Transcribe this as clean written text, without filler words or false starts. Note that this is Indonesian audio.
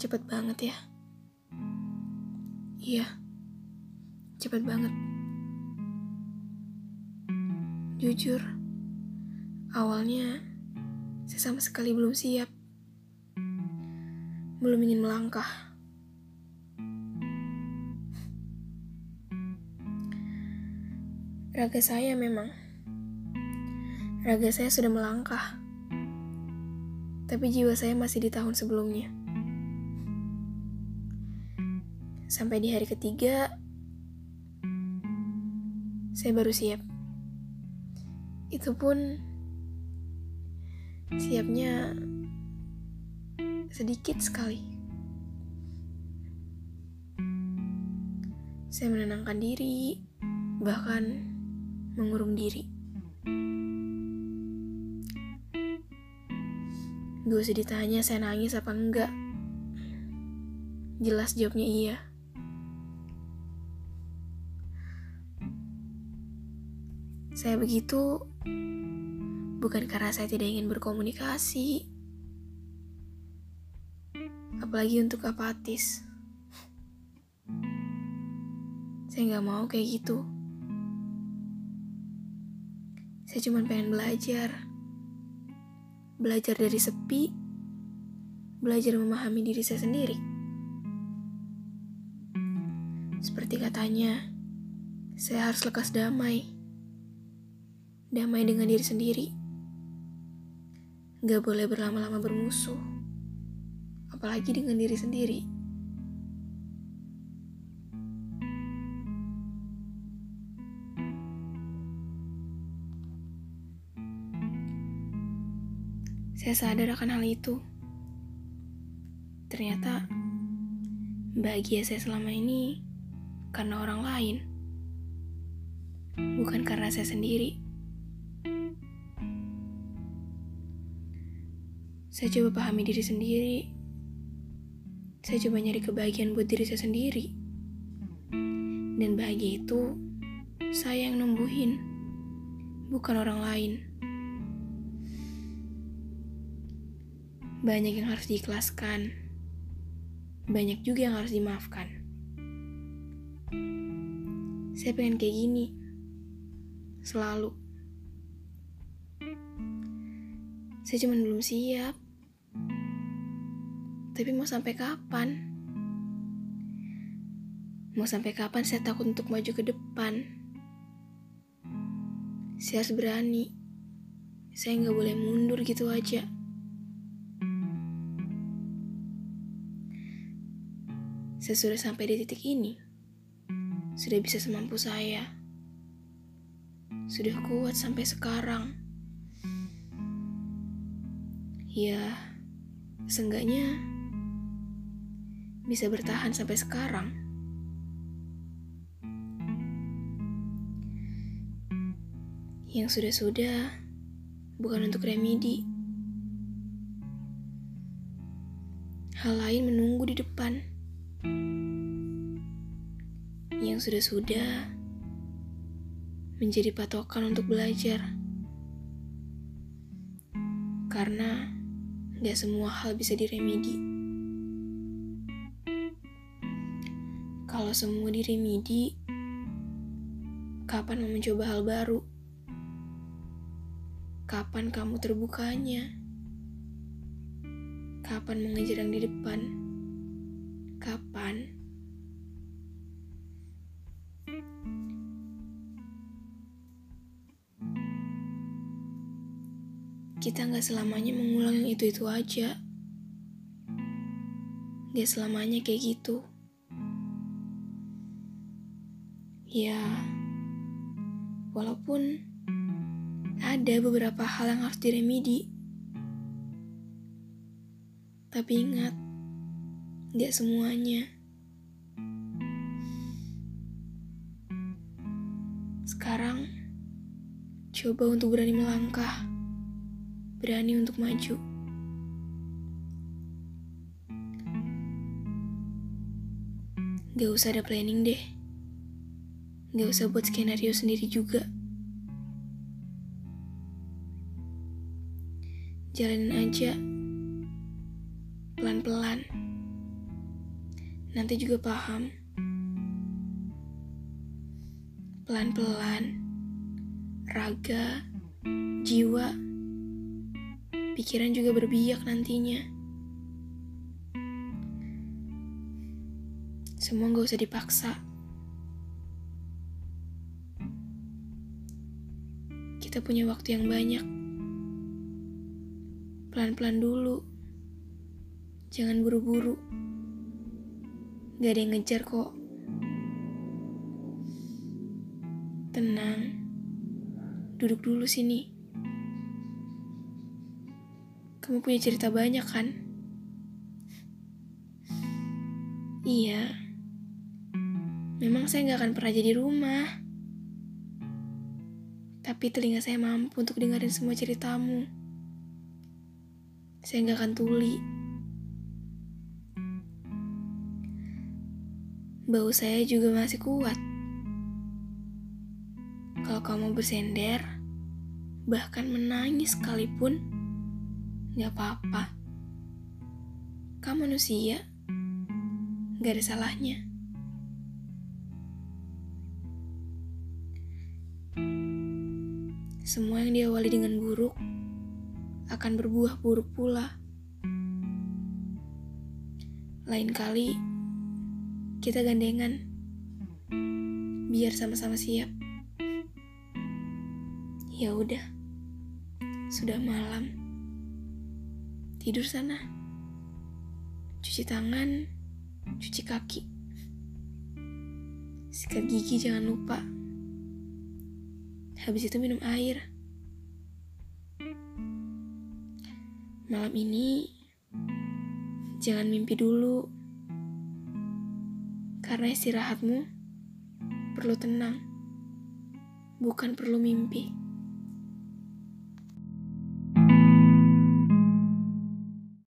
Cepet banget ya. Iya, cepet banget. Jujur, awalnya saya sama sekali belum siap. Belum ingin melangkah. Raga saya sudah melangkah. Tapi jiwa saya masih di tahun sebelumnya. Sampai di hari ketiga, saya baru siap. Itu pun siapnya sedikit sekali. Saya menenangkan diri, bahkan mengurung diri. Gak usah ditanya saya nangis apa enggak. Jelas jawabnya iya. Saya begitu bukan karena saya tidak ingin berkomunikasi, apalagi untuk apatis. Saya gak mau kayak gitu. Saya cuma pengen belajar dari sepi, belajar memahami diri saya sendiri. Seperti katanya, saya harus lekas damai dengan diri sendiri. Gak boleh berlama-lama bermusuh, apalagi dengan diri sendiri. Saya sadar akan hal itu. Ternyata bahagia saya selama ini karena orang lain, bukan karena saya sendiri. Saya coba pahami diri sendiri. Saya coba nyari kebahagiaan buat diri saya sendiri. Dan bahagia itu saya yang numbuhin, bukan orang lain. Banyak yang harus diikhlaskan, banyak juga yang harus dimaafkan. Saya pengen kayak gini, selalu. Saya cuma belum siap. Tapi mau sampai kapan? Mau sampai kapan saya takut untuk maju ke depan? Saya harus berani. Saya gak boleh mundur gitu aja. Saya sudah sampai di titik ini. Sudah bisa semampu saya. Sudah kuat sampai sekarang. Ya, seenggaknya bisa bertahan sampai sekarang. Yang sudah-sudah bukan untuk remedi. Hal lain menunggu di depan. Yang sudah-sudah menjadi patokan untuk belajar. Karena gak semua hal bisa diremedi. Kalau semua diremedi, kapan mau mencoba hal baru? Kapan kamu terbukanya? Kapan mengejar yang di depan? Kapan? Kita gak selamanya mengulang yang itu-itu aja. Gak selamanya kayak gitu. Ya, walaupun ada beberapa hal yang harus diremedi. Tapi ingat, gak semuanya. Sekarang, coba untuk berani melangkah. Berani untuk maju. Gak usah ada planning deh. Gak usah buat skenario sendiri juga. Jalanin aja. Pelan-pelan. nanti juga paham. Pelan-pelan, raga, jiwa, pikiran juga berbiak nantinya. Semua gak usah dipaksa. Kita punya waktu yang banyak. Pelan-pelan dulu. Jangan buru-buru. Gak ada yang ngejar kok. Tenang. Duduk dulu sini. Kamu punya cerita banyak kan? Iya. Memang saya gak akan pernah jadi rumah. Tapi telinga saya mampu untuk dengerin semua ceritamu. Saya gak akan tuli. Bau saya juga masih kuat. Kalau kamu bersender, bahkan menangis sekalipun, gak apa-apa. Kamu manusia, gak ada salahnya. Semua yang diawali dengan buruk akan berbuah buruk pula. Lain kali kita gandengan, biar sama-sama siap. Ya udah, sudah malam. Tidur sana. Cuci tangan, cuci kaki. Sikat gigi jangan lupa. Habis itu minum air. Malam ini jangan mimpi dulu. Karena istirahatmu perlu tenang, bukan perlu mimpi.